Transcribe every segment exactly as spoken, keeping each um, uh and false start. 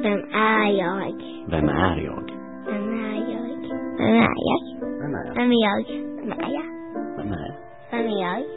Vem är jag? Vem är jag? Vem är jag? Vem är jag? Vem är jag? Vem är jag? Vem är jag? Vem är jag? Vem är jag?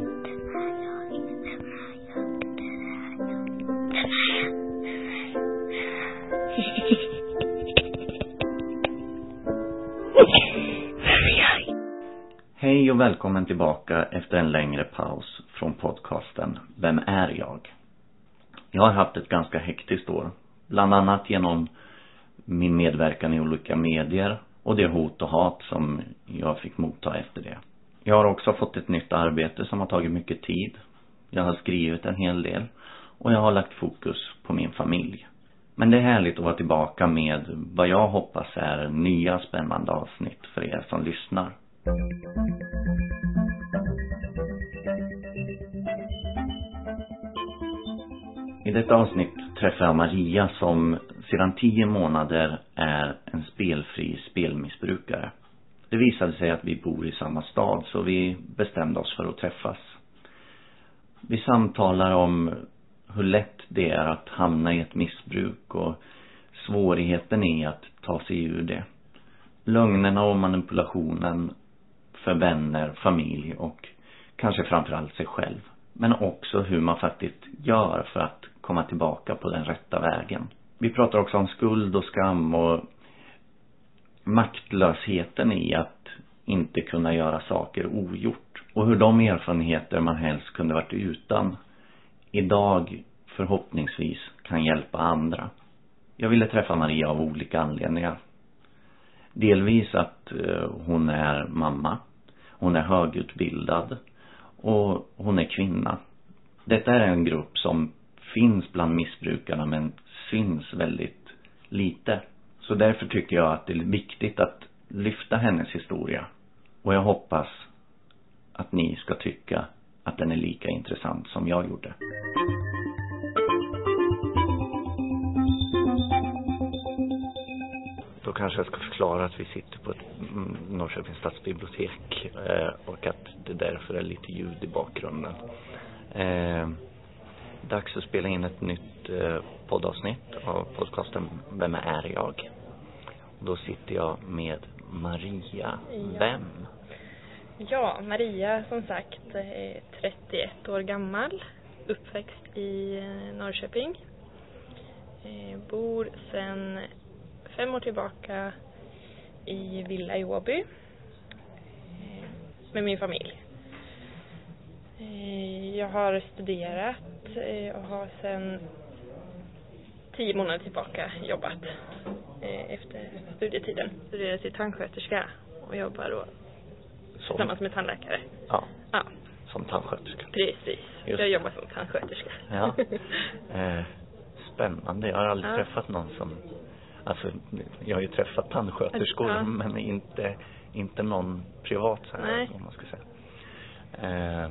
Hej och välkommen tillbaka efter en längre paus från podcasten Vem är jag? Jag har haft ett ganska hektiskt år, bland annat genom min medverkan i olika medier och det hot och hat som jag fick motta efter det. Jag har också fått ett nytt arbete som har tagit mycket tid. Jag har skrivit en hel del och jag har lagt fokus på min familj. Men det är härligt att vara tillbaka med vad jag hoppas är nya spännande avsnitt för er som lyssnar. I detta avsnitt träffar jag Maria som sedan tio månader är en spelfri spelmissbrukare. Det visade sig att vi bor i samma stad så vi bestämde oss för att träffas. Vi samtalar om hur lätt det är att hamna i ett missbruk och svårigheten i att ta sig ur det. Lögnerna och manipulationen för vänner, familj och kanske framförallt sig själv. Men också hur man faktiskt gör för att komma tillbaka på den rätta vägen. Vi pratar också om skuld och skam och maktlösheten i att inte kunna göra saker ogjort. Och hur de erfarenheter man helst kunde varit utan idag förhoppningsvis kan hjälpa andra. Jag ville träffa Maria av olika anledningar. Delvis att hon är mamma, hon är högutbildad och hon är kvinna. Detta är en grupp som finns bland missbrukarna men syns väldigt lite. Så därför tycker jag att det är viktigt att lyfta hennes historia. Och jag hoppas att ni ska tycka att den är lika intressant som jag gjorde. Då kanske jag ska förklara att vi sitter på ett Norrköpings stadsbibliotek eh, och att det därför är lite ljud i bakgrunden. Eh, dags att spela in ett nytt eh, poddavsnitt av podcasten Vem är jag? Och då sitter jag med Maria. Vem? Ja, Maria som sagt är trettioett år gammal, uppväxt i Norrköping. Eh, bor sedan fem år tillbaka i villa i Åby eh, med min familj. Eh, jag har studerat eh, och har sedan tio månader tillbaka jobbat eh, efter studietiden. Studerat till tandsköterska och jobbar då som, tillsammans med tandläkare. Ja, ja. Som tandsköterska. Precis, Just. jag jobbar som tandsköterska. Ja. eh, spännande, jag har aldrig ja. träffat någon som... Alltså, jag har ju träffat tandsköterskor ja. men inte, inte någon privat så här, Nej. om man ska säga. Eh,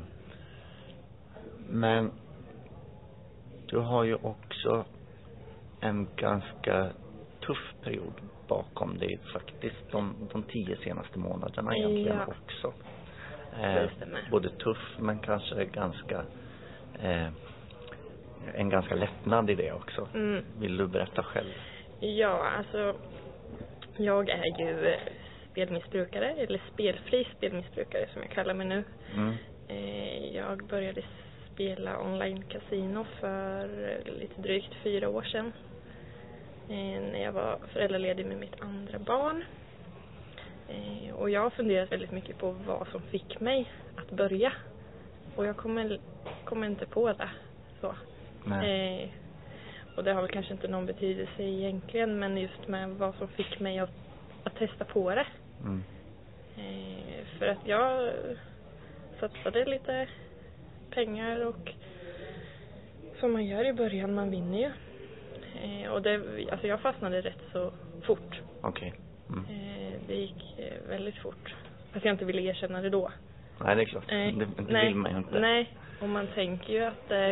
men du har ju också en ganska tuff period bakom dig faktiskt. De, de tio senaste månaderna egentligen ja. också. Eh, både tuff men kanske ganska... Eh, en ganska lättnad i det också. Mm. Vill du berätta själv? Ja, alltså jag är ju spelmissbrukare, eller spelfri spelmissbrukare som jag kallar mig nu. Mm. Jag började spela online casino för lite drygt fyra år sedan. När jag var föräldraledig med mitt andra barn. Och jag har funderat väldigt mycket på vad som fick mig att börja. Och jag kommer, kommer inte på det. Så. Nej. Och det har väl kanske inte någon betydelse egentligen, men just med vad som fick mig att, att testa på det. Mm. Eh, för att jag satsade lite pengar och som man gör i början, man vinner ju. Eh, och det, alltså jag fastnade rätt så fort. Okej. Okay. Mm. Eh, det gick eh, väldigt fort. Fast jag inte ville erkänna det då. Nej, det är klart. Eh, det det nej, vill man ju inte. Nej, och man tänker ju att eh,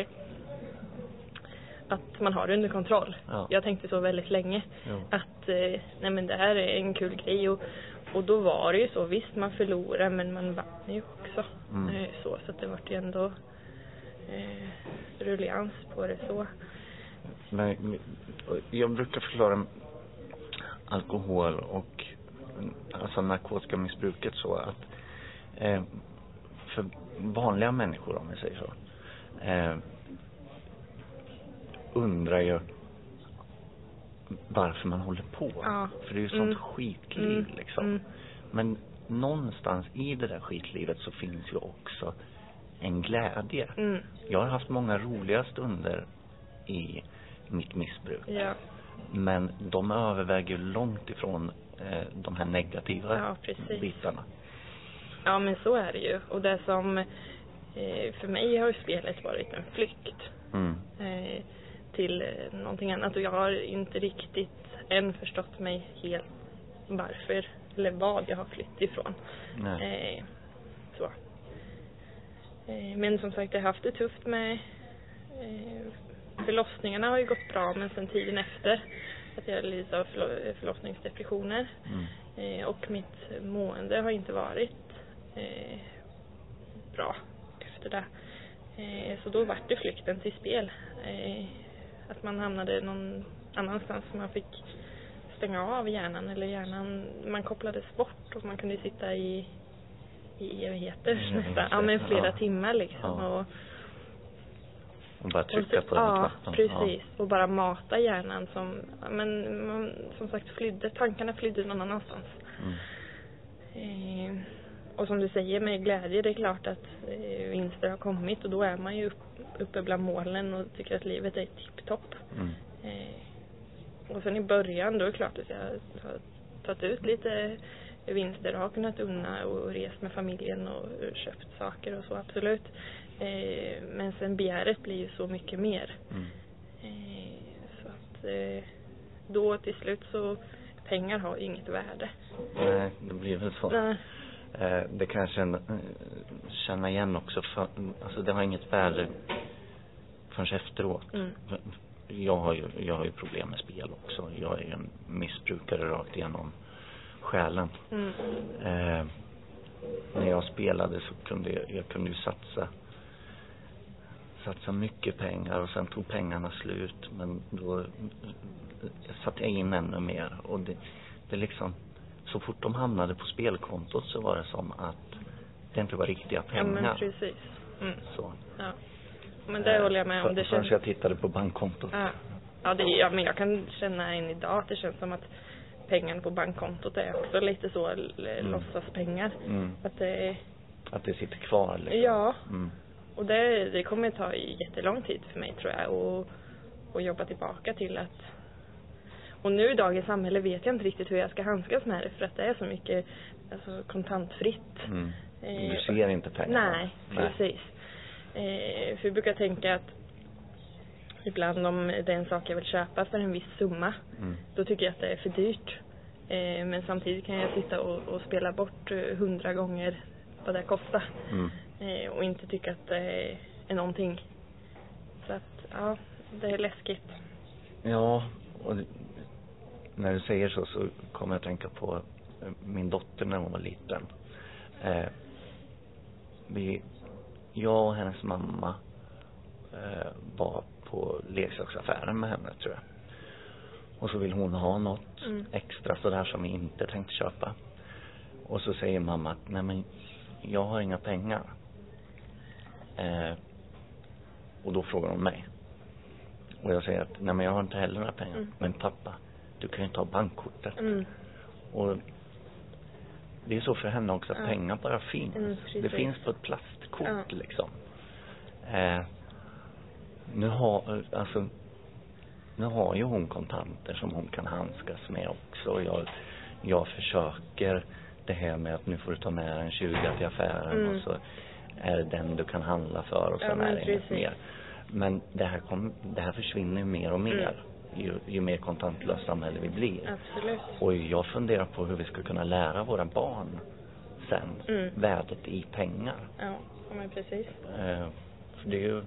att man har det under kontroll. Ja. Jag tänkte så väldigt länge. Jo. Att eh, nej men det här är en kul grej. Och, och då var det ju så. Visst, man förlorar men man vann ju också. Mm. Eh, så, så att det var ju ändå eh, rullians på det så. Men jag brukar förklara alkohol och alltså narkotikamissbruket så att eh, för vanliga människor, om vi säger så, eh, undrar ju varför man håller på. Ja. För det är ju sånt Mm. skitliv Mm. liksom. Mm. Men någonstans i det där skitlivet så finns ju också en glädje. Mm. Jag har haft många roliga stunder i mitt missbruk. Ja. Men de överväger långt ifrån eh, de här negativa Ja, precis. bitarna. Ja, men så är det ju. Och det som eh, för mig har ju spelet varit en flykt Mm. eh, till eh, någonting annat. Och jag har inte riktigt än förstått mig helt varför eller vad jag har flytt ifrån. Nej. Eh, så. Eh, men som sagt, jag har haft det tufft med eh, förlossningarna har ju gått bra, men sen tiden efter att jag lider av förlo- förlossningsdepressioner Mm. eh, och mitt mående har inte varit eh, bra efter det. Eh, så då var det flykten till spel. Eh, att man hamnade någon annanstans som man fick stänga av hjärnan, eller hjärnan, man kopplades bort och man kunde sitta i i evigheter Mm, nästan, ja men flera ja. timmar liksom. Ja. och Och bara trycka och så, på den ja, knappen. precis. Och bara mata hjärnan som, men man, som sagt flydde, tankarna flydde någon annanstans. Mm. Eh, och som du säger med glädje, det är klart att eh, vinster har kommit och då är man ju upp, uppe bland målen och tycker att livet är tipptopp. Mm. Eh, och sen i början då är det klart att jag har tagit ut lite vinster och har kunnat unna och rest med familjen och köpt saker och så, absolut. Eh, men sen begäret blir ju så mycket mer. Mm. Eh, så att eh, då till slut så pengar har ju inget värde. Nej, det blir väl så. Nej. Eh, det kan jag känna, känna igen också. För, alltså det har inget värde förrän efteråt. Mm. Jag har ju, jag har ju problem med spel också. Jag är en missbrukare rakt igenom själen. Mm. Eh, när jag spelade så kunde jag, jag kunde ju satsa satsa mycket pengar och sen tog pengarna slut, men då satte jag in ännu mer och det, det liksom, så fort de hamnade på spelkontot så var det som att det inte var riktiga pengar. Ja, men precis. Mm. Så. Ja. Men det håller jag med om. Det Förrän känns... jag tittade på bankkontot. Ja, ja, det, ja, men jag kan känna än idag att det känns som att pengarna på bankkontot är också lite så l- Mm. låtsaspengar. Mm. Att det, Att det sitter kvar liksom. ja, Mm. och det, det kommer ta jättelång tid för mig tror jag och, och jobba tillbaka till att, och nu i dagens samhälle vet jag inte riktigt hur jag ska handskas med det för att det är så mycket alltså, kontantfritt. Mm. Eh, Du ser inte pengarna. Nej, precis. Eh, för jag brukar tänka att ibland om det är en sak jag vill köpa för en viss summa, Mm. då tycker jag att det är för dyrt. Eh, men samtidigt kan jag sitta och, och spela bort hundra eh, gånger vad det kostar. Mm. Eh, och inte tycka att det är någonting. Så att, ja, det är läskigt. Ja, och det, när du säger så så kommer jag att tänka på eh, min dotter när hon var liten. Eh, vi, jag och hennes mamma eh, var på leksaksaffären med henne tror jag. Och så vill hon ha något Mm. extra sådär som vi inte tänkte köpa. Och så säger mamma att nej men jag har inga pengar. Eh, och då frågar hon mig. Och jag säger att nej men jag har inte heller några pengar. Mm. Men pappa, du kan ju ta bankkortet. Mm. Och det är så för henne också att Ja. pengar bara finns. Mm, precis. Det finns på ett plastkort Ja. liksom. Eh, nu har alltså nu har ju hon kontanter som hon kan handskas med också. Jag, jag försöker det här med att nu får du ta med en tjugo till affären Mm. och så är det den du kan handla för och Ja, sen men är det inget precis. mer. Men det här, kom, det här försvinner ju mer och mer Mm. ju, ju mer kontantlöst samhälle vi blir. Absolut. Och jag funderar på hur vi ska kunna lära våra barn sen Mm. värdet i pengar. Ja, ja, men precis. Eh, för det är ju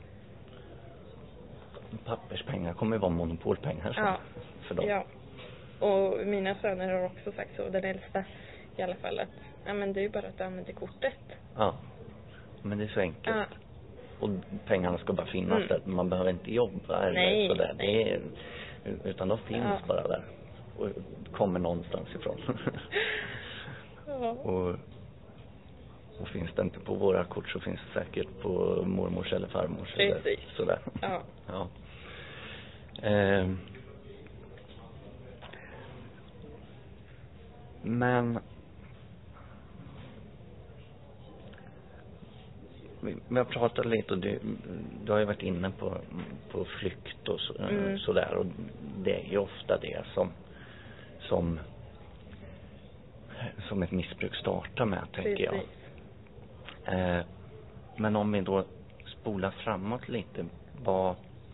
papperspengar kommer ju vara monopolpengar sen, Ja. för dem. Ja. Och mina söner har också sagt så, den äldsta i alla fall, att ja, men det är ju bara att du använder kortet. Ja. Men det är så enkelt. Ja. och pengarna ska bara finnas Mm. där. Man behöver inte jobba eller Nej, sådär. nej. Det är, utan de finns Ja. bara där. Och kommer någonstans ifrån. Ja. och, och finns det inte på våra kort så finns det säkert på mormors eller farmors. Precis. Eller sådär. Ja. Ja. Eh, men vi, vi har pratat lite och du, du har ju varit inne på, på flykt och så, Mm. sådär, och det är ju ofta det som som som ett missbruk startar med, tänker jag. Precis. Eh, men om vi då spolar framåt lite, vad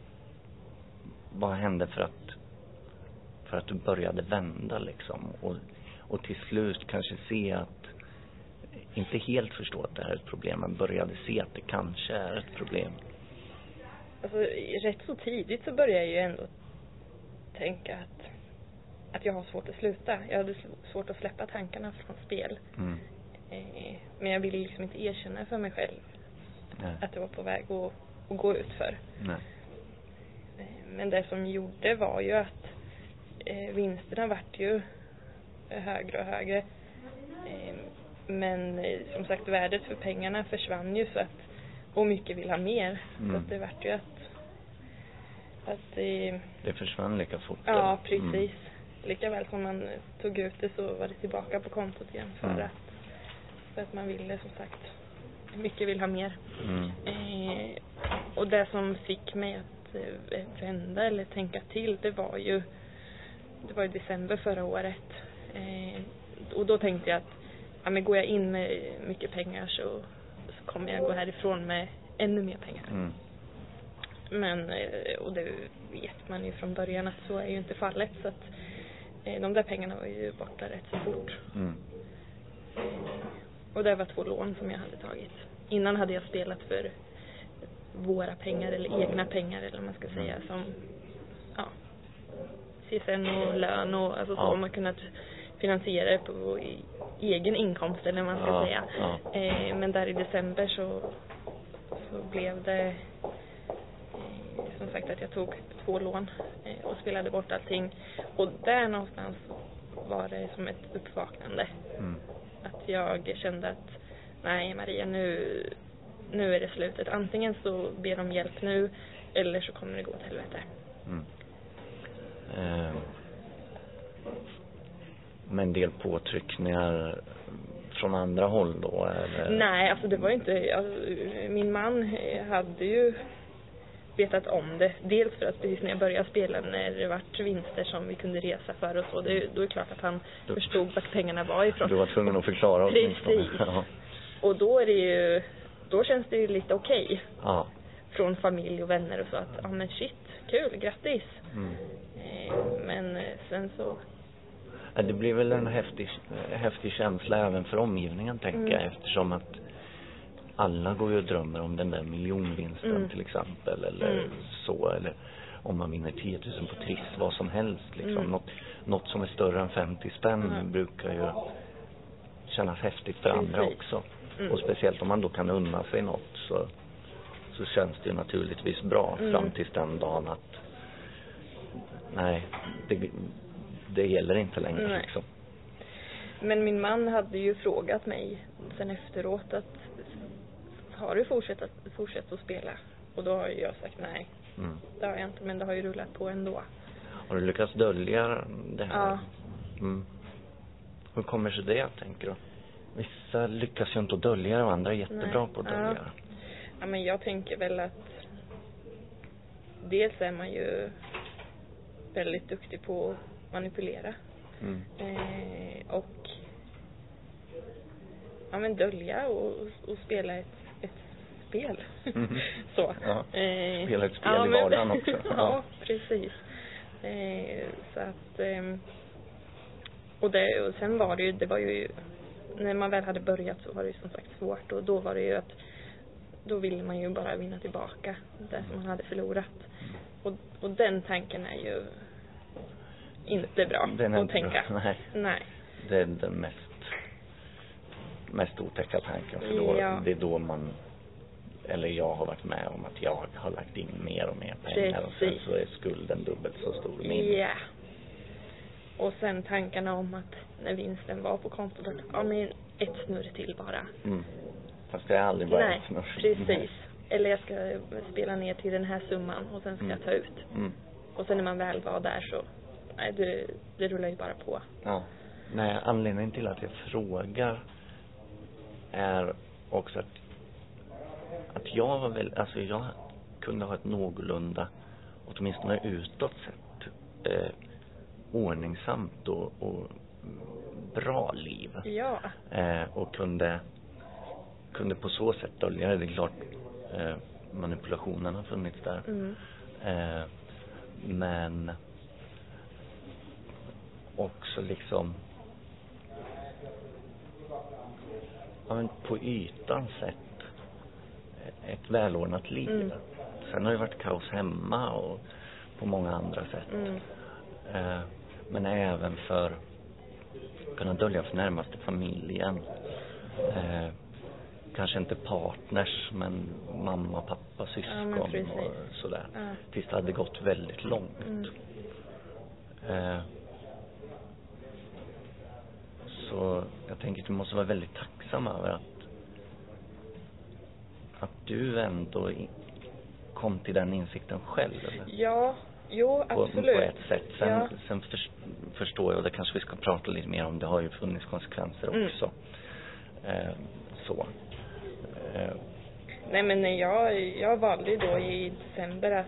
vad hände för att för att du började vända liksom, och, och till slut kanske se att, inte helt förstå att det här är ett problem, men började se att det kanske är ett problem? Alltså, rätt så tidigt så började jag ju ändå tänka att att jag har svårt att sluta. Jag hade svårt att släppa tankarna från spel. Mm. Eh, men jag ville liksom inte erkänna för mig själv Nej. att jag var på väg att, att gå ut för. Nej. Eh, men det som gjorde var ju att eh, vinsterna vart ju högre och högre. Eh, men eh, som sagt, värdet för pengarna försvann ju, så att, och mycket vill ha mer. Mm. Så att det vart ju att att eh, Det försvann lika fort. ja, eller? precis. Mm. Lika väl som man tog ut det så var det tillbaka på kontot igen för, Mm. att, för att man ville, som sagt, mycket vill ha mer. Mm. Eh, och det som fick mig att eh, vända eller tänka till, det var ju det var i december förra året. Eh, och då tänkte jag att ja, men går jag in med mycket pengar så, så kommer jag gå härifrån med ännu mer pengar. Mm. Men, eh, och det vet man ju från början att så är ju inte fallet, så att eh, de där pengarna var ju borta rätt så fort. Mm. Och det var två lån som jag hade tagit. Innan hade jag spelat för våra pengar eller egna pengar, eller vad man ska säga, som ja, C S N och lön och alltså så Ja. har man kunnat finansiera det på i, egen inkomst, eller vad man ska Ja, säga. ja. Eh, men där i december så, så blev det eh, som sagt att jag tog två lån eh, och spelade bort allting. Och där någonstans var det som ett uppvaknande. Mm. Att jag kände att nej Maria, nu, nu är det slutet. Antingen så ber de hjälp nu, eller så kommer det gå åt helvete. Mm. Eh, med en del påtryckningar från andra håll då? Eller? Nej, alltså det var inte, alltså, min man hade ju vetat om det. Dels för att precis när jag började spela, när det vart vinster som vi kunde resa för och så, det, då är det klart att han Du- förstod vart pengarna var ifrån. Du var tvungen att förklara åtminstone. Precis. Ja. Och då är det ju, då känns det ju lite okej Ja. från familj och vänner och så, att ja men shit, kul, grattis. Mm. Eh, men eh, sen så Ja, det blir väl en häftig, häftig känsla även för omgivningen, tänker Mm. jag, eftersom att alla går ju och drömmer om den där miljonvinsten Mm. till exempel, eller Mm. så, eller om man vinner tio tusen på Triss, vad som helst liksom. Mm. något, något som är större än femtio spänn Mm. brukar ju kännas häftigt för andra Precis. också. Mm. Och speciellt om man då kan unna sig något, så, så känns det ju naturligtvis bra Mm. fram till den dagen att nej, det, det gäller inte längre. Nej. Liksom. Men min man hade ju frågat mig sen efteråt att har du fortsatt att, fortsatt att spela? Och då har jag sagt nej, Mm. det har jag inte, men det har ju rullat på ändå. Har du lyckats dölja det här? Ja. Mm. Hur kommer sig det, tänker du? Vissa lyckas ju inte att dölja det, och andra är jättebra Nej. på att Ja. dölja. Ja, men jag tänker väl att dels är man ju väldigt duktig på att manipulera. Mm. Eh, och ja, men dölja och, och spela ett, ett spel. Mhm. Så. Ja. Eh, Spela ett spel ja, i men- vardagen också. ja, Ja. precis. Eh, så att eh, och, det, och sen var det ju, det var ju när man väl hade börjat så var det ju som sagt svårt, och då var det ju att då ville man ju bara vinna tillbaka det som man hade förlorat. Och, och den tanken är ju inte bra Den är att inte tänka. bra. Nej. Nej. Det är den mest mest otäcka tanken, för då, Ja. det är då man eller jag har varit med om att jag har lagt in mer och mer pengar. Precis. Och sen så är skulden dubbelt så stor. Min. Ja. Och sen tankarna om att när vinsten var på kontot att ja men ett snurr till bara. Mm. Fast det är aldrig bara Nej, ett snurr. precis. Eller jag ska spela ner till den här summan och sen ska Mm. jag ta ut. Mm. Och sen när man väl var där så, nej det, det rullar ju bara på. Ja. Nej, anledningen till att jag frågar är också att att jag var väl, alltså jag kunde ha ett någorlunda, åtminstone utåt sett, eh, ordningsamt och, och bra liv. Ja. Eh, och kunde kunde på så sätt dölja det. Det är klart eh, manipulationen har funnits där. Mm. Eh, men också liksom ja, men på ytan sett ett välordnat liv. Mm. Sen har det varit kaos hemma och på många andra sätt. Mm. Eh, men även för att kunna dölja för närmaste familjen. Eh, kanske inte partners, men mamma, pappa, syskon Ja, men och sådär. Ja. Tills det hade gått väldigt långt. Mm. Eh, så jag tänker att du måste vara väldigt tacksam över att att du ändå i, kom till den insikten själv. Eller? Ja, jo På, absolut. på ett sätt. Sen, Ja. sen för, förstår jag, och det kanske vi ska prata lite mer om, det har ju funnits konsekvenser Mm. också. Eh, så. Eh, Nej men jag, jag valde ju då i december att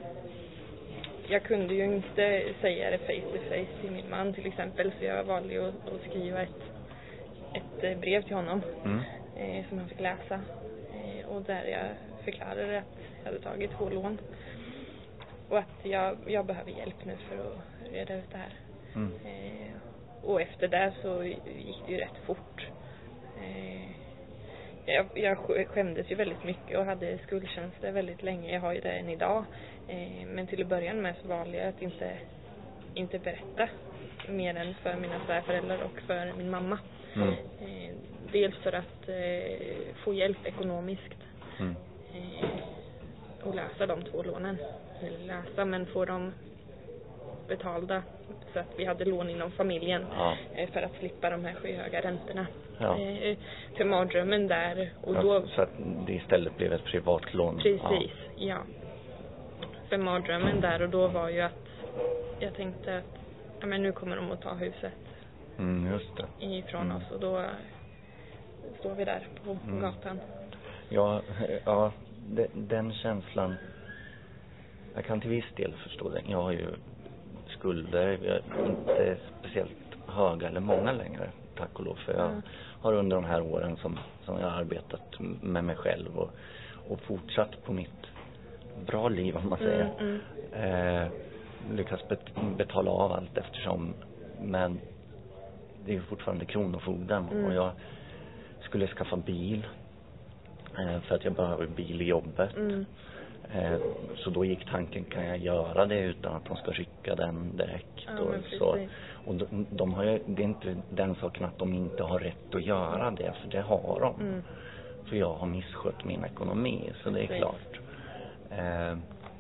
jag kunde ju inte säga det face to face till min man till exempel, så jag valde ju att, att skriva ett, ett brev till honom mm. eh, som han fick läsa eh, och där jag förklarade att jag hade tagit två lån och att jag, jag behöver hjälp nu för att reda ut det här. Mm. Eh, och efter det så gick det ju rätt fort. Eh, jag, jag skämdes ju väldigt mycket och hade skuldkänslor väldigt länge. Jag har ju det än idag. Eh, men till att börja med så valde jag att inte, inte berätta mer än för mina svärföräldrar och för min mamma. Mm. Eh, dels för att eh, få hjälp ekonomiskt. Mm. Eh, och läsa de två lånen. Eller läsa, men få dem betalda så att vi hade lån inom familjen. Ja. eh, för att slippa de här skyhöga räntorna. Ja. Eh, för mardrömmen där. Och Ja, då, så att det istället blev ett privat lån. precis, ja. För mardrömmen där och då var ju att jag tänkte att ja, men nu kommer de att ta huset Ja. Mm, just det. ifrån Mm. oss och då står vi där på Mm. gatan. Ja, ja de, den känslan, jag kan till viss del förstå den. Jag har ju skulder, jag är inte speciellt höga eller många längre, tack och lov, för jag Mm. har under de här åren som, som jag har arbetat med mig själv och, och fortsatt på mitt bra liv, om man säger. Mm, Eh, lyckats bet, betala av allt eftersom, men det är ju fortfarande kronofogden. Mm. Och jag skulle skaffa bil eh, för att jag behöver bil i jobbet. Mm. Eh, så då gick tanken, kan jag göra det utan att de ska rycka den direkt? Ja, och men så. precis. Och de, de har ju, det är inte den saken att de inte har rätt att göra det, för det har de. Mm. För jag har misskött min ekonomi, så det är Precis. klart. Eh,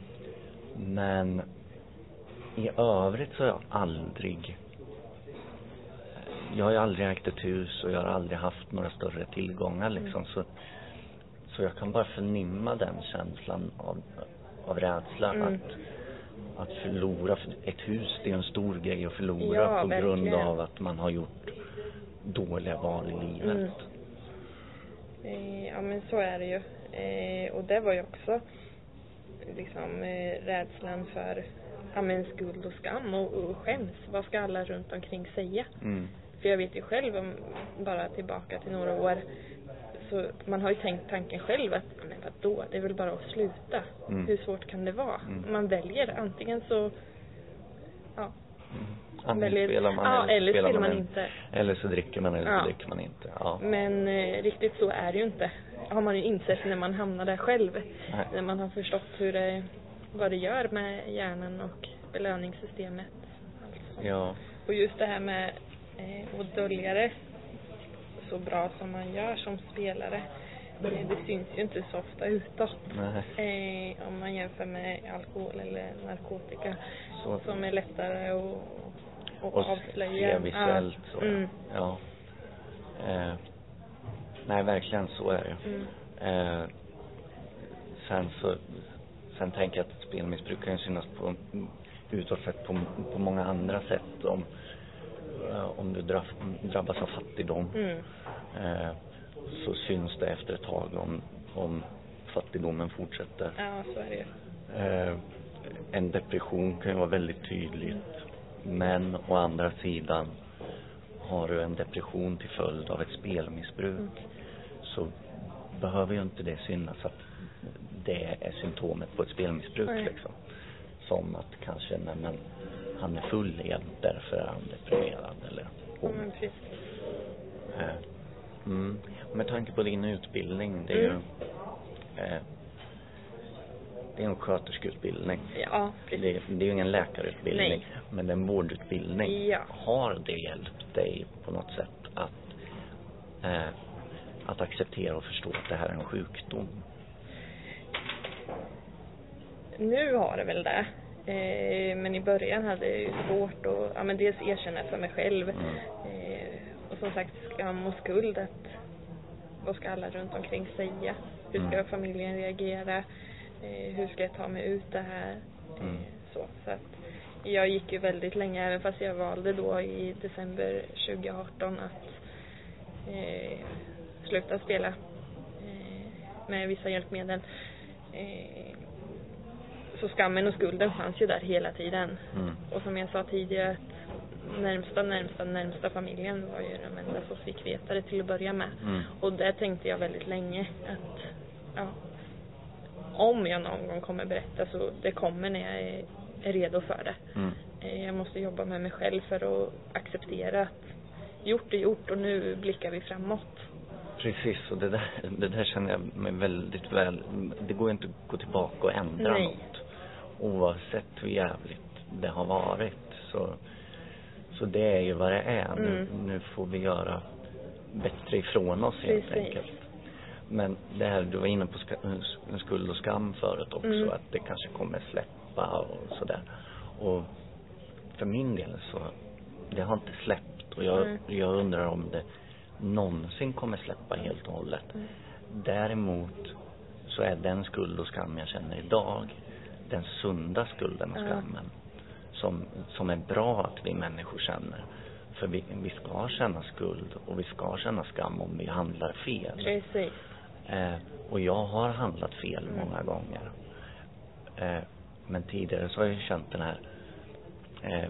men i övrigt så har jag aldrig jag har ju aldrig ägt ett hus och jag har aldrig haft några större tillgångar liksom. Mm. så, så jag kan bara förnimma den känslan av, av rädsla. Mm. att, att förlora, för ett hus, det är en stor grej att förlora Ja, på grund verkligen. av att man har gjort dåliga val i livet. Mm. Eh, ja men så är det ju. Eh, och det var ju också liksom eh, rädslan för ja, men skuld och skam och, och skäms. Vad ska alla runt omkring säga? Mm. För jag vet ju själv, om bara tillbaka till några år, så man har ju tänkt tanken själv att ja, men vadå, det är väl bara att sluta. Mm. Hur svårt kan det vara? Mm. Man väljer antingen så ja, Mm. Antingen väljer, spelar man, ja, eller, eller spelar spelar man en- inte. Eller så dricker man, eller Ja. så dricker man inte. Ja. Men eh, riktigt så är det ju inte. Har man ju insett när man hamnar där själv. Nej. När man har förstått hur det, vad det gör med hjärnan och belöningssystemet. Alltså. Ja. Och just det här med eh, att dölja det så bra som man gör som spelare. det, det syns ju inte så ofta utåt. Nej. Eh, om man jämför med alkohol eller narkotika Så, som är lättare att, att och avslöja. se visuellt Ja. så. Ja. Mm. Ja. Eh, nej, verkligen så är det. Mm. Eh, sen så sen tänker jag att spelmissbruk kan ju synas på utåt sett på, på många andra sätt. Om, eh, om du draff, drabbas av fattigdom, Mm. eh, så syns det efter ett tag om, om fattigdomen fortsätter. Ja, så är det ju. Eh, en depression kan ju vara väldigt tydligt. Men å andra sidan, har du en depression till följd av ett spelmissbruk, Mm. så behöver ju inte det synas att det är symptomet på ett spelmissbruk. Nej. Liksom. Som att kanske nej, men han är full igen, därför är han deprimerad eller Ja, men precis. eh, mm. Med tanke på din utbildning, det är ju Mm. eh, det är en sköterskeutbildning. Ja, precis. Det, det är ju ingen läkarutbildning. Nej. Men det är en vårdutbildning. Ja. Har det hjälpt dig på något sätt att eh, att acceptera och förstå att det här är en sjukdom? Nu har det väl det. Eh, men i början hade jag ju svårt att ja, men dels erkänna för mig själv. Mm. Eh, och som sagt, skam och skuld. Att, vad ska alla runt omkring säga? Hur ska Mm. familjen reagera? Eh, hur ska jag ta mig ut det här? Mm. Eh, så, så att jag gick ju väldigt länge, även fast jag valde då i december tjugo arton att eh, sluta spela eh, med vissa hjälpmedel. Eh, så skammen och skulden fanns ju där hela tiden. Mm. Och som jag sa tidigare, att närmsta, närmsta, närmsta familjen var ju de enda som fick veta det till att börja med. Mm. Och där tänkte jag väldigt länge att ja, om jag någon gång kommer berätta, så det kommer när jag är, är redo för det. Mm. Eh, Jag måste jobba med mig själv för att acceptera att gjort är gjort och nu blickar vi framåt. Precis, och det där, det där känner jag mig väldigt väl. Det går inte att gå tillbaka och ändra Nej. något. Oavsett hur jävligt det har varit. Så, så det är ju vad det är. Mm. Nu, nu får vi göra bättre ifrån oss helt Precis. enkelt. Men det här, du var inne på ska, skuld och skam förut också. Mm. Att det kanske kommer släppa och sådär. Och för min del så, det har inte släppt. Och jag, Mm. jag undrar om det någonsin kommer släppa helt och hållet. Mm. Däremot så är den skuld och skam jag känner idag den sunda skulden och Ja. skammen som, som är bra att vi människor känner. För vi, vi ska känna skuld och vi ska känna skam om vi handlar fel. Precis. Eh, och jag har handlat fel Mm. många gånger. Eh, men tidigare så har jag känt den här eh,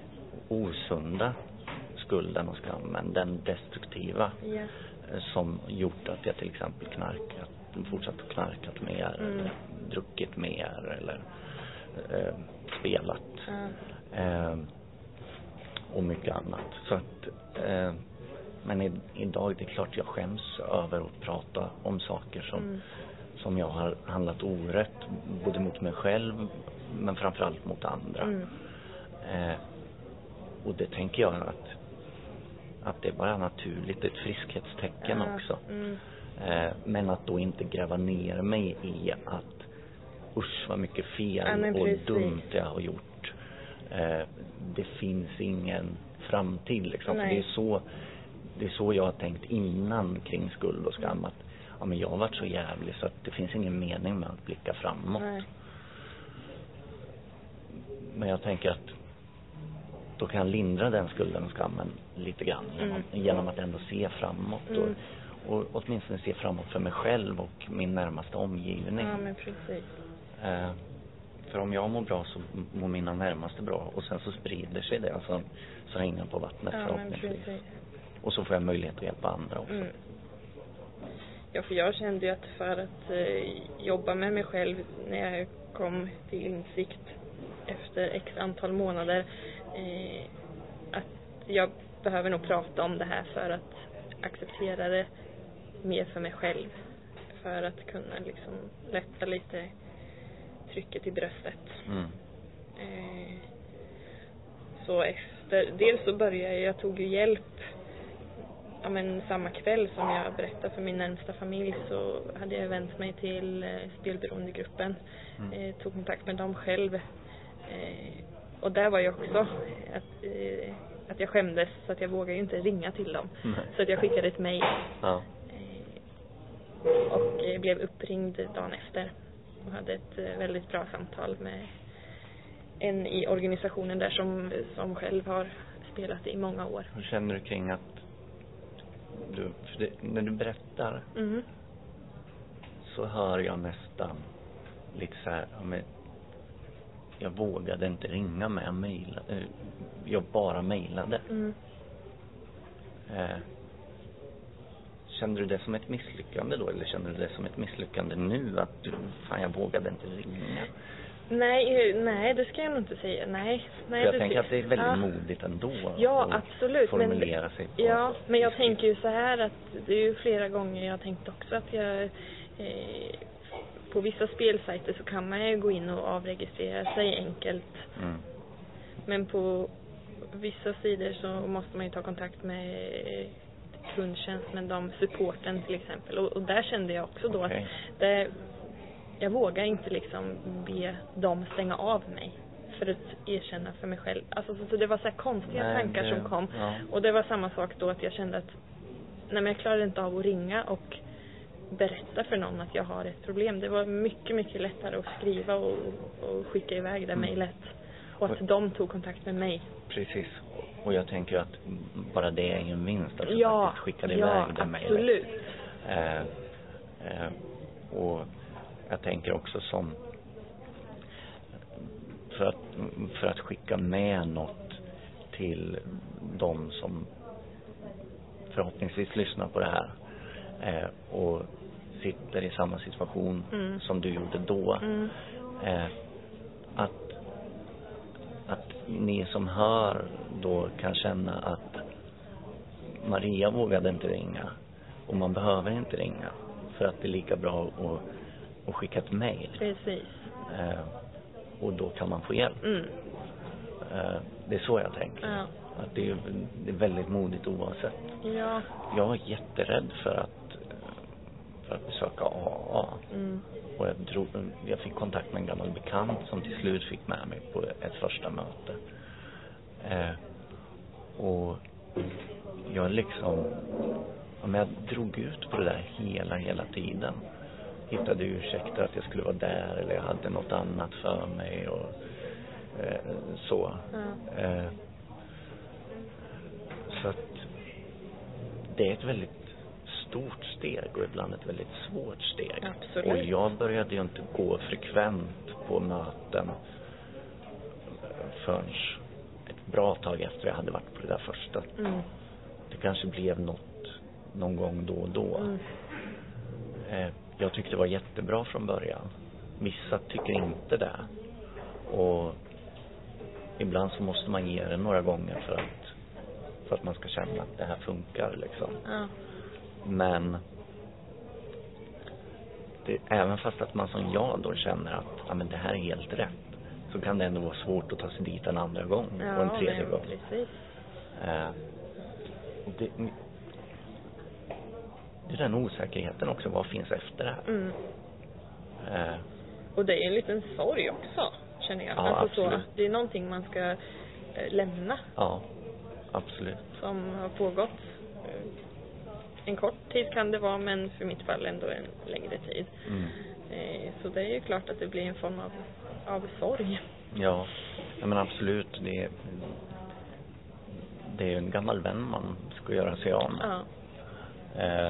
osunda skulden och skammen, den destruktiva, Ja. eh, som gjort att jag till exempel knarkat, fortsatt att knarkat mer, Mm. eller druckit mer eller eh, spelat Ja. eh, och mycket annat. Så att eh, men i, idag det är klart jag skäms över att prata om saker som Mm. som jag har handlat orätt både mot mig själv men framförallt mot andra. Mm. Eh, och det tänker jag att att det är bara naturligt, ett friskhetstecken Ja. också. Mm. Eh, men att då inte gräva ner mig i att usch vad mycket fel Ja, men och precis. dumt jag har gjort. Eh, det finns ingen framtid liksom. För Nej. det är så det är så jag har tänkt innan kring skuld och skam, att ja, men jag har varit så jävlig så att det finns ingen mening med att blicka framåt. Nej. Men jag tänker att då kan jag lindra den skulden och skammen lite grann genom, Mm. genom att ändå se framåt Mm. och, och åtminstone se framåt för mig själv och min närmaste omgivning. Ja, men precis. Eh, för om jag mår bra så mår mina närmaste bra och sen så sprider sig det alltså, så hänger på vattnet Ja, men förhoppningsvis. precis. Och så får jag möjlighet att hjälpa andra också. Mm. Ja, för jag kände ju att för att eh, jobba med mig själv när jag kom till insikt efter x antal månader eh, att jag behöver nog prata om det här för att acceptera det mer för mig själv, för att kunna liksom lätta lite trycket i bröstet. Mm. Eh, så efter, dels så började jag, jag tog ju hjälp ja, men samma kväll som jag berättade för min närmsta familj så hade jag vänt mig till eh, spelberoendegruppen. Mm. Eh, tog kontakt med dem själv. Eh, och där var jag också att, eh, att jag skämdes så att jag vågade ju inte ringa till dem. Mm. Så att jag skickade ett mejl. Ja. Eh, och eh, blev uppringd dagen efter. Och hade ett eh, väldigt bra samtal med en i organisationen där som, som själv har spelat i många år. Hur känner du kring att du, för det, när du berättar Mm. så hör jag nästan lite så här, ja, men jag vågade inte ringa med mejla, eh, jag bara mejlade. Mm. Eh, känner du det som ett misslyckande då, eller känner du det som ett misslyckande nu att du, fan jag vågade inte ringa? Nej, nej, det ska jag nog inte säga. Nej, nej. För jag det tänker ska- att det är väldigt ja. modigt ändå. Ja, att absolut. formulera men, sig på. Ja, men jag tänker ju så här att det är ju flera gånger jag har tänkt också att jag eh, på vissa spelsajter så kan man ju gå in och avregistrera sig enkelt. Mm. Men på vissa sidor så måste man ju ta kontakt med kundtjänst, med de supporten till exempel. Och, och där kände jag också då Okej. att det, jag vågar inte liksom be dem stänga av mig för att erkänna för mig själv. Alltså så, så det var så här konstiga Nej, tankar det- som kom. ja. Och det var samma sak då att jag kände att nej, men jag klarade inte av att ringa och berätta för någon att jag har ett problem. Det var mycket, mycket lättare att skriva och, och skicka iväg det Mm. mejlet. Och att de tog kontakt med mig. Precis. Och jag tänker att bara det är ju en vinst att du Ja, faktiskt skickade ja, iväg det mejlet. absolut. Eh, eh, och jag tänker också som för att, för att skicka med något till de som förhoppningsvis lyssnar på det här eh, och sitter i samma situation Mm. som du gjorde då. Mm. Eh, att att ni som hör då kan känna att Maria vågade inte ringa och man behöver inte ringa för att det är lika bra att, att skicka ett mejl Precis. eh, och då kan man få hjälp. Mm. Eh, det är så jag tänker. Ja. Att det är, det är väldigt modigt oavsett. Ja. Jag var jätterädd för att för att besöka A A. Mm. Och jag, drog, jag fick kontakt med en gammal bekant som till slut fick med mig på ett första möte. Eh, och jag liksom, ja, men jag drog ut på det där hela, hela tiden. Hittade ursäkter att jag skulle vara där eller jag hade något annat för mig och eh, så. Ja. Eh, så att det är ett väldigt stort steg och ibland ett väldigt svårt steg. Absolut. Och jag började ju inte gå frekvent på möten förrän ett bra tag efter jag hade varit på det där första. Mm. Det kanske blev något någon gång då och då. Mm. Eh, jag tyckte det var jättebra från början. Vissa tycker inte det. Och ibland så måste man ge det några gånger för att för att man ska känna att det här funkar liksom. Ja. Men det, även fast att man som jag då känner att ja, men det här är helt rätt, så kan det ändå vara svårt att ta sig dit en andra gång Ja, och en tredje men gång. precis. Eh, och det, det är den osäkerheten också, vad finns efter det här? Mm. Eh, Och det är en liten sorg också, känner jag. Ja, alltså så, absolut. det är någonting man ska eh, lämna ja, absolut. som har pågått. Eh, en kort tid kan det vara, men för mitt fall ändå en längre tid. Mm. Eh, så det är ju klart att det blir en form av, av sorg. Ja, ja, men absolut. Det är, det är en gammal vän man ska göra sig av med. Ja. Eh,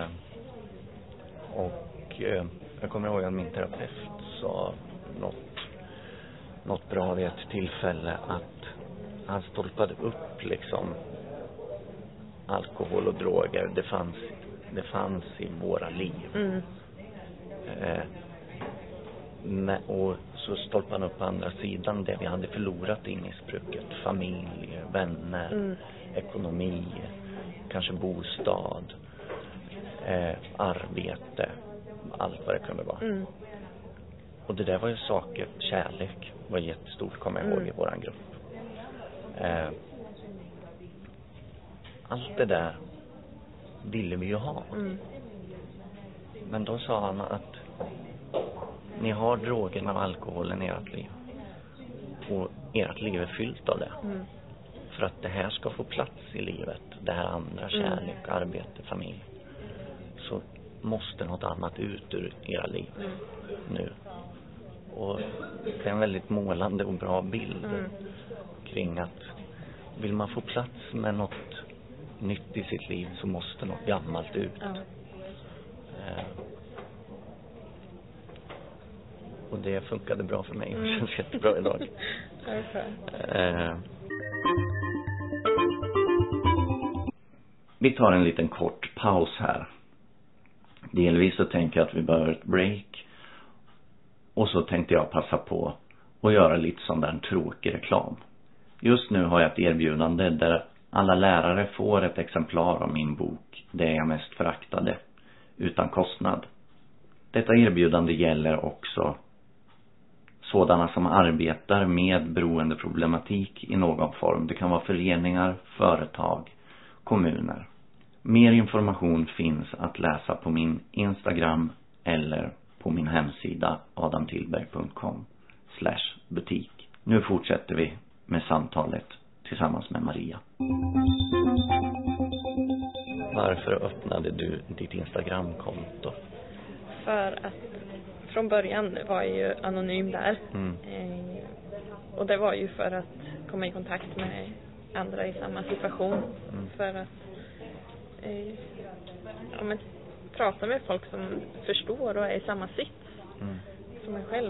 och eh, jag kommer ihåg att min terapeut sa något, något bra vid ett tillfälle, att han stolpade upp liksom alkohol och droger. Det fanns, det fanns i våra liv. Mm. Eh, men, och så stolpade han upp på andra sidan det vi hade förlorat i missbruket. Familj, vänner, Mm. ekonomi, kanske bostad, eh, arbete, allt vad det kunde vara. Mm. Och det där var ju saker, kärlek var jättestort, kommer jag ihåg, Mm. i våran grupp. Eh, allt det där ville vi ju ha. Mm. Men då sa han att ni har drogerna och alkoholen i ert liv. Och ert liv är fyllt av det. Mm. För att det här ska få plats i livet, det här andra, kärlek, mm. arbete, familj, så måste något annat ut ur era liv mm. nu. Och det är en väldigt målande och bra bild mm. kring att vill man få plats med något nytt i sitt liv så måste något gammalt ut. Mm. Eh, och det funkade bra för mig och mm. känns jättebra idag. Okay. Eh, vi tar en liten kort paus här. Delvis så tänker jag att vi behöver ett break. Och så tänkte jag passa på att göra lite sån där tråkig reklam. Just nu har jag ett erbjudande där alla lärare får ett exemplar av min bok Det jag mest föraktade utan kostnad. Detta erbjudande gäller också sådana som arbetar med beroendeproblematik i någon form. Det kan vara föreningar, företag, kommuner. Mer information finns att läsa på min Instagram eller på min hemsida adamtillberg punkt com slash butik. Nu fortsätter vi med samtalet tillsammans med Maria. Varför öppnade du ditt Instagram-konto? För att från början var jag ju anonym där. Mm. Eh, och det var ju för att komma i kontakt med andra i samma situation. Mm. För att eh, ja, men, prata med folk som förstår och är i samma sits mm. som mig själv.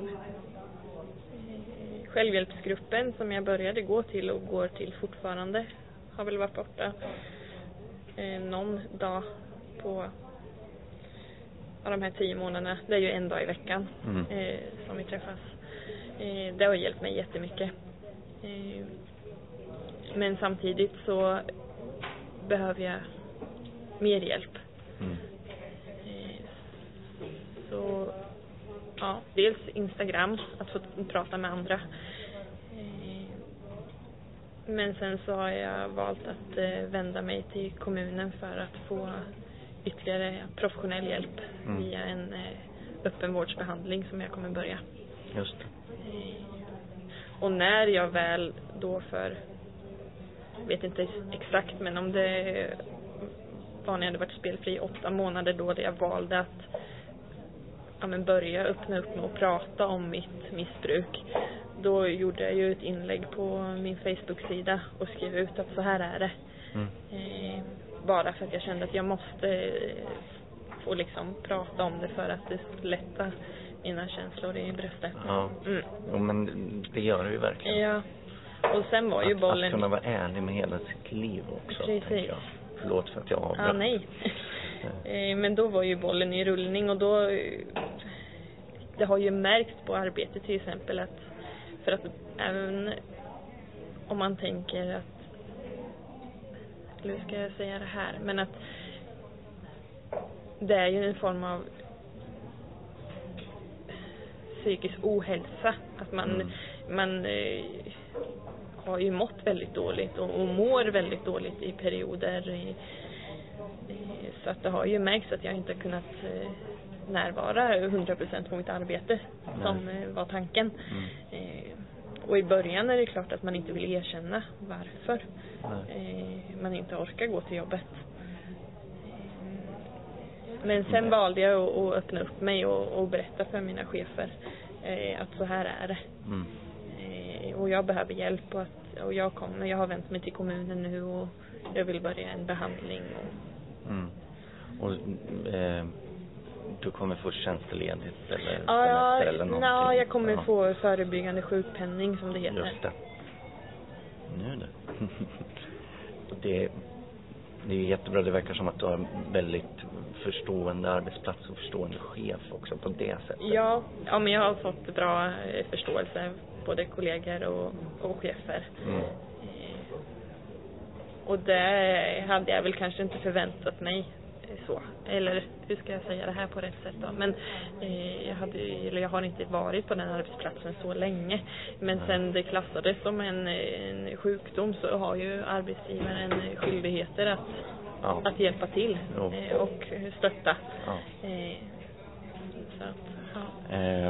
Eh, självhjälpsgruppen som jag började gå till och går till fortfarande har väl varit borta eh, någon dag på av de här tio månaderna. Det är ju en dag i veckan mm. eh, som vi träffas. Eh, det har hjälpt mig jättemycket. Eh, men samtidigt så behöver jag mer hjälp. Mm. Eh, så ja, dels Instagram, att få prata med andra. Eh, men sen så har jag valt att eh, vända mig till kommunen för att få ytterligare professionell hjälp mm. via en eh, öppenvårdsbehandling som jag kommer börja. Just. Eh, och när jag väl då för, vet inte exakt, men om det var när jag hade varit spelfri i åtta månader då det jag valde att ja, men börja öppna upp mig och prata om mitt missbruk. Då gjorde jag ju ett inlägg på min Facebook-sida och skrev ut att så här är det. Mm. Eh, bara för att jag kände att jag måste få liksom prata om det för att det lätta mina känslor i bröstet. Ja, mm. ja men det gör det ju verkligen. Ja, och sen var ju att, bollen... Att kunna vara ärlig med hela sitt liv också, precis. tänker jag. Förlåt för att jag avbröt. Ja, nej. Men då var ju bollen i rullning och då... Det har ju märkts på arbetet till exempel att... För att även om man tänker att... Hur ska jag säga det här? Men att det är ju en form av psykisk ohälsa. Att man, mm. man eh, har ju mått väldigt dåligt och, och mår väldigt dåligt i perioder. I, i, så att det har ju märkts att jag inte har kunnat eh, närvara hundra procent på mitt arbete Nej. som eh, var tanken. Mm. Eh, och i början är det klart att man inte vill erkänna varför eh, man inte orkar gå till jobbet. Men sen mm. valde jag att, att öppna upp mig och, och berätta för mina chefer eh, att så här är det. Mm. Eh, och jag behöver hjälp och, att, och jag kommer, jag har vänt mig till kommunen nu och jag vill börja en behandling. Och, mm. och eh, du kommer få tjänstledigt eller ja, semester eller någonting? Ja, jag kommer ja. få förebyggande sjukpenning som det heter. Just det. Nu det. det Det är ju jättebra. Det verkar som att du har en väldigt förstående arbetsplats och förstående chef också på det sättet. Ja, ja men jag har fått bra förståelse, både kollegor och, och chefer. Mm. Och det hade jag väl kanske inte förväntat mig så. Eller hur ska jag säga det här på rätt sätt då? Men eh, jag, hade, eller jag har inte varit på den arbetsplatsen så länge. Men Nej. sen det klassades som en, en sjukdom så har ju arbetsgivaren skyldigheter att Ja. att hjälpa till Jo. eh, och stötta. Ja. Eh, så att, ja. Eh,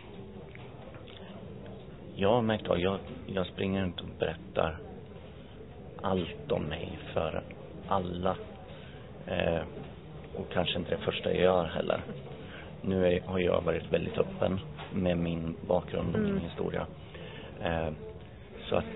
jag har märkt att jag, jag springer inte och berättar allt om mig för alla. Eh, och kanske inte det första jag gör heller. Nu är, har jag varit väldigt öppen med min bakgrund och Mm. min historia. Eh, så att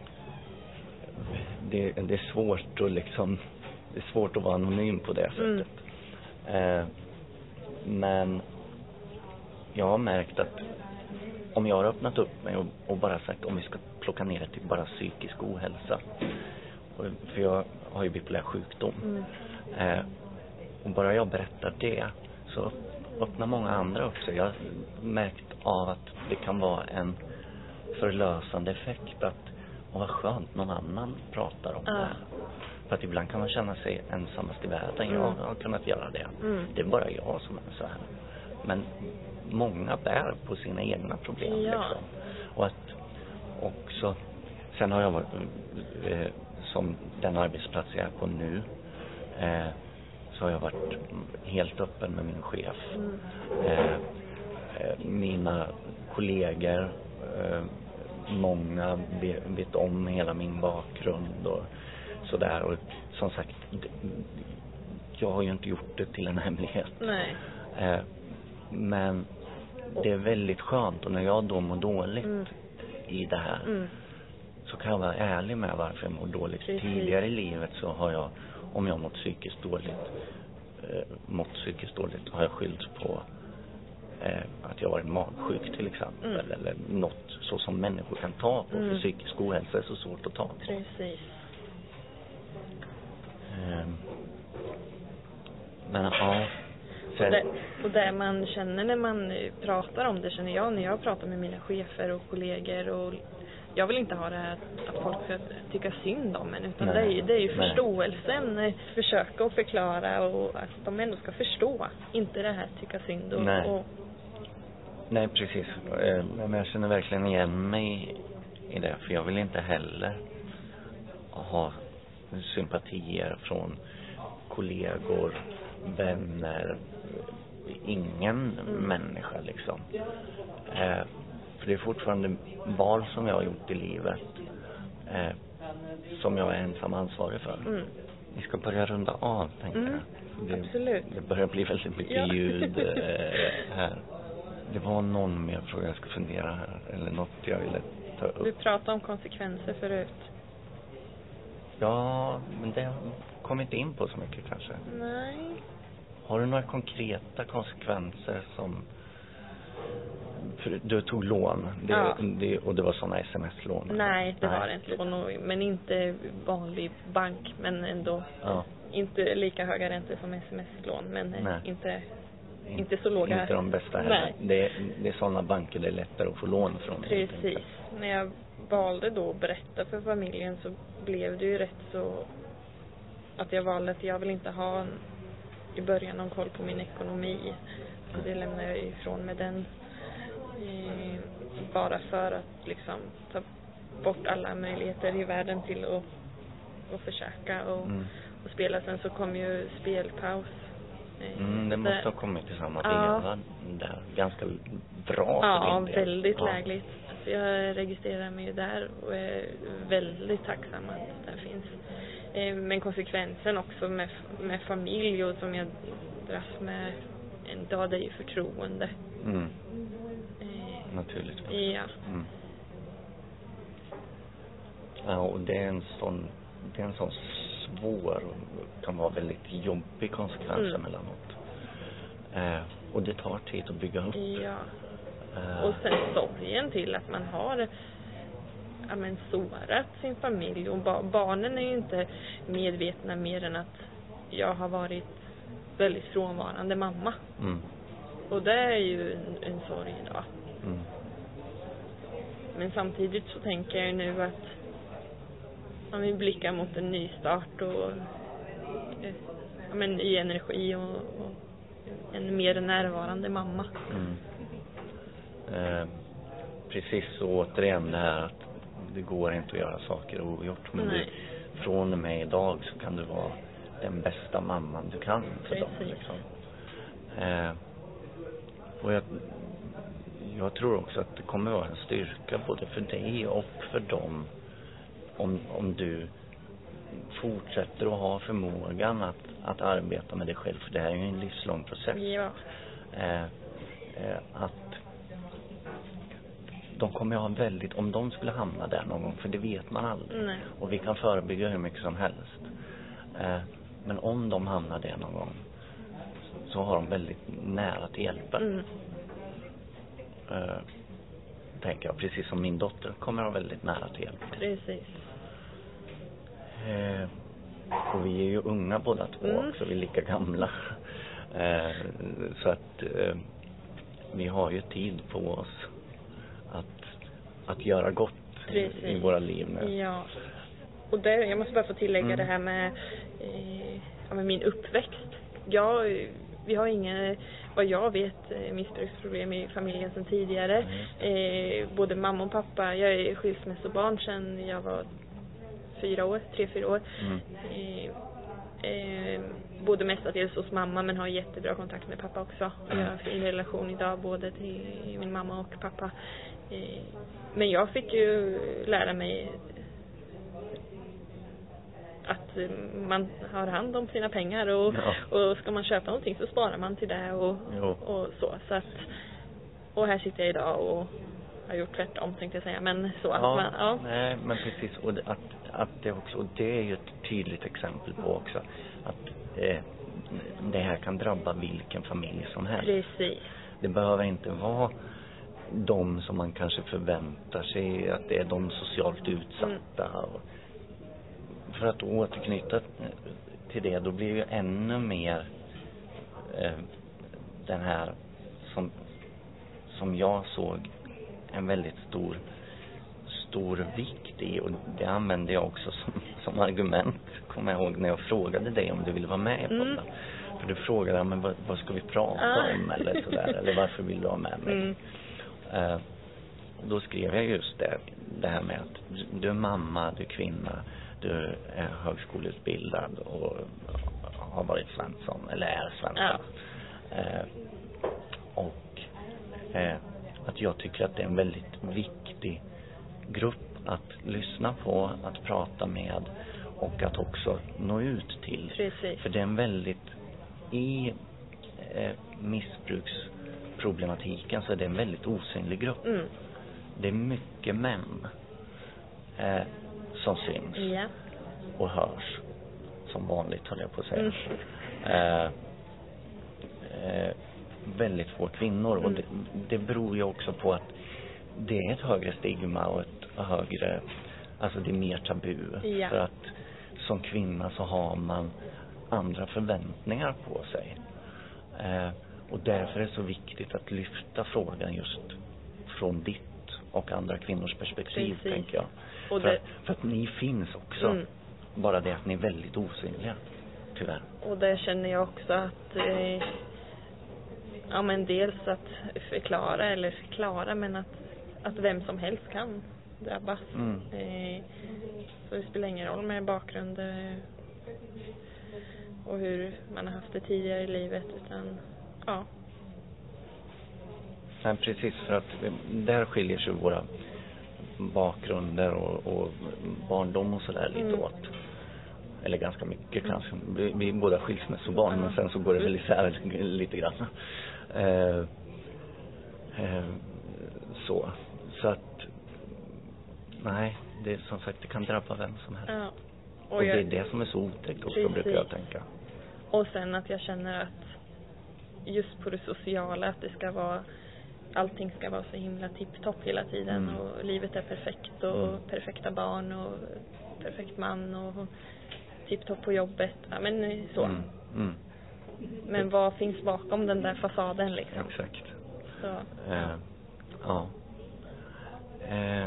det, det är svårt att liksom, det är svårt att vara anonym på det sättet. Mm. Eh, men jag har märkt att om jag har öppnat upp mig och, och bara sagt om vi ska plocka ner det till bara psykisk ohälsa. Och, för jag har ju bipolär sjukdom. Mm. Eh, och bara jag berättar det så öppnar många andra också. Jag har märkt av att det kan vara en förlösande effekt att, och vad skönt, någon annan pratar om Ja. det. För att ibland kan man känna sig ensammast i världen. Mm. Jag har kunnat göra det. Mm. Det är bara jag som är så här. Men många bär på sina egna problem. Ja. Liksom. Och att också, sen har jag varit eh, som den arbetsplats jag är på nu, eh, så har jag varit helt öppen med min chef. Mm. Eh, eh, mina kollegor, eh, många vet, vet om hela min bakgrund och sådär. Och som sagt, jag har ju inte gjort det till en hemlighet. Nej. Eh, men det är väldigt skönt, och när jag då mår dåligt Mm. i det här, Mm. så kan jag vara ärlig med varför jag mår dåligt. Precis. Tidigare i livet så har jag, om jag mått psykiskt dåligt eh, mått psykiskt dåligt, har jag skyllt på eh, att jag varit magsjuk till exempel. Mm. Eller något så som människor kan ta på. Mm. För psykisk ohälsa är så svårt att ta på. Precis. Eh, men ja. Sen, Och det, och det man känner när man pratar om det, känner jag när jag pratar med mina chefer och kollegor, och jag vill inte ha det här att folk ska tycka synd om en, utan Nej. det är ju, det är ju Nej. förståelsen, försöka att förklara och att de ändå ska förstå, inte det här tycka synd och, Nej. och Nej, precis. Eh, Men jag känner verkligen igen mig i det. För jag vill inte heller ha sympatier från kollegor, vänner, ingen Mm. människa liksom. Eh, för det är fortfarande val som jag har gjort i livet, eh, som jag är ensam ansvarig för. mm. Vi ska börja runda av, tänker Mm, jag. Det, absolut. Det börjar bli väldigt mycket Ja. ljud eh, här. Det var någon mer fråga jag ska fundera här. Eller något jag ville ta upp. Du pratade om konsekvenser förut. Ja, men det kom inte in på så mycket kanske. Nej. Har du några konkreta konsekvenser som... För du tog lån. Det, Ja. det, och det var sådana sms-lån. Nej, det Nej. var det inte. Och nog- Men inte vanlig bank, men ändå Ja. inte lika höga räntor som sms-lån, men eh, Nej. inte inte så låga. Inte de bästa heller. Nej. Det, det är sådana banker det är lättare att få lån från. helt Precis. enkelt. När jag valde då att berätta för familjen, så blev det ju rätt så att jag valde att jag vill inte ha en, i början någon koll på min ekonomi. Så det lämnar jag ifrån med den. Eh, bara för att liksom ta bort alla möjligheter i världen till att, att försöka och, Mm. och spela. Sen så kom ju spelpaus. Eh, Mm, det så måste ha kommit i samma Ja. veva där. Ganska bra för Ja, din del. väldigt Ja. lägligt. Så jag registrerar mig ju där och är väldigt tacksam att det finns. Eh, Men konsekvensen också med, med familj och som jag dras med en dag, det är ju förtroende. Mm, Eh, naturligtvis. Ja. Mm. Ja, och det är en sån, det är en sån svår och kan vara väldigt jobbig konsekvens Mm. emellanåt. Eh, och det tar tid att bygga upp. Ja. Eh, Och sen sorgen till att man har ja, men sårat sin familj. Och ba- barnen är ju inte medvetna mer än att jag har varit väldigt frånvarande mamma. mm, Och det är ju en, en sorg idag. mm, Men samtidigt så tänker jag ju nu att om vi blickar mot en ny start och eh, ja, men ny energi och, och en mer närvarande mamma. mm. Eh, precis, så återigen det här att det går inte att göra saker ogjort. Men Nej. du, från och med idag så kan du vara den bästa mamman du kan för dem liksom. Eh, och jag, jag tror också att det kommer vara en styrka både för dig och för dem om, om du fortsätter att ha förmågan att, att arbeta med dig själv, för det här är ju en livslång process. Ja. Eh, eh, att de kommer att ha väldigt, om de skulle hamna där någon gång, för det vet man aldrig. Nej. Och vi kan förebygga hur mycket som helst. Eh, men om de hamnar där någon gång så har de väldigt nära till hjälpen. Mm. Eh, tänker jag, precis som min dotter kommer att ha väldigt nära till hjälpen. Precis. Eh, och vi är ju unga båda två Mm. också, vi är lika gamla. Eh, så att eh, vi har ju tid på oss att, att göra gott Precis. i våra liv nu. Ja. Och där, jag måste bara få tillägga Mm. det här med, eh, ja, med min uppväxt. Jag, vi har inga, vad jag vet, eh, missbruksproblem i familjen sedan tidigare. Mm. Eh, både mamma och pappa, jag är skilsmässobarn sedan jag var fyra år, tre, fyra år. Mm. Eh, eh, både mestadels hos mamma, men har jättebra kontakt med pappa också. Jag har en relation idag både till min mamma och pappa. Eh, men jag fick ju lära mig att man har hand om sina pengar och, Ja. och ska man köpa någonting så sparar man till det och, Jo. och så. Så att, och här sitter jag idag och har gjort tvärtom, tänkte jag säga. Men så att Ja, man, ja. nej, men precis. Och det- att, att det också, och det är ju ett tydligt exempel på också att eh, det här kan drabba vilken familj som helst. Precis. Det behöver inte vara de som man kanske förväntar sig att det är de socialt utsatta. Mm. Och för att återknyta till det, då blir ju ännu mer eh, den här som, som jag såg en väldigt stor stor vikt i, och det använde jag också som, som argument, kommer jag ihåg när jag frågade dig om du ville vara med i podden. Mm. För du frågade, men vad, vad ska vi prata Ah. om eller sådär, eller varför vill du ha med mig? Mm. Eh, och då skrev jag just det, det här med att du- du är mamma, du är kvinna, du är högskoleutbildad och har varit Svensson, eller är Svensson. Ja. Eh, och eh, att jag tycker att det är en väldigt viktig grupp att lyssna på, att prata med och att också nå ut till. Precis. För det är en väldigt, i eh, missbruksproblematiken så är det en väldigt osynlig grupp. Mm. Det är mycket män eh, som syns Ja. och hörs, som vanligt höll jag på att säga. Mm. Eh, eh, väldigt få kvinnor. Och Mm. det, det beror ju också på att det är ett högre stigma och ett högre, alltså det är mer tabu. Ja. För att som kvinna så har man andra förväntningar på sig. Eh, och därför är det så viktigt att lyfta frågan just från ditt och andra kvinnors perspektiv. Precis. Tänker jag. Och för, det- att, för att ni finns också. Mm. Bara det att ni är väldigt osynliga, tyvärr. Och där känner jag också att eh, ja, men dels att förklara, eller förklara, men att, att vem som helst kan drabbas. Mm. Eh, så det spelar ingen roll med bakgrund eh, och hur man har haft det tidigare i livet, utan ja. Nej, precis, för att eh, där skiljer sig våra bakgrunder och, och barndom och sådär lite Mm. åt. Eller ganska mycket kanske. Vi, vi är båda skilsmässobarn, Mm. men sen så går det väl isär lite grann. Eh, eh, så. Så att nej, det är som sagt, det kan drabba vem som helst. Ja. Och, Och det är jag, det som är så otäckt också, Precis. brukar jag tänka. och sen att jag känner att just på det sociala, att det ska vara, allting ska vara så himla tipptopp hela tiden. Mm. Och livet är perfekt och Mm. perfekta barn och perfekt man och tipptopp på jobbet. Ja, men eh, så. Mm. Mm. Men vad finns bakom den där fasaden liksom? Exakt. Så, Eh, ja. Eh,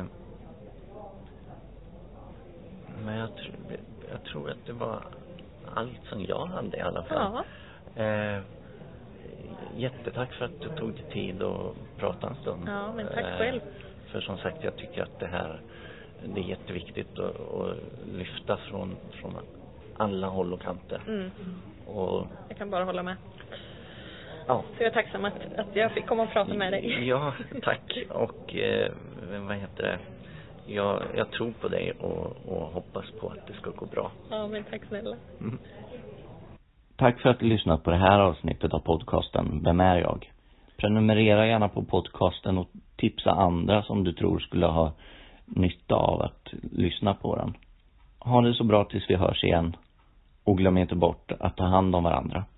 men jag, tr- jag tror att det var allt som jag hade i alla fall. ja. Eh, jättetack för att du tog dig tid att prata en stund. Ja, men tack själv. För som sagt, jag tycker att det här, det är jätteviktigt att, att lyfta från, från alla håll och kanter. Mm. Och Jag kan bara hålla med. ja. Så jag är tacksam att, att jag fick komma och prata med dig. Ja, tack. Och eh, vad heter det? Jag, jag tror på dig och, och hoppas på att det ska gå bra. Ja, men tack snälla. Mm. Tack för att du lyssnat på det här avsnittet av podcasten Vem är jag? Prenumerera gärna på podcasten och tipsa andra som du tror skulle ha nytta av att lyssna på den. Ha det så bra tills vi hörs igen. Och glöm inte bort att ta hand om varandra.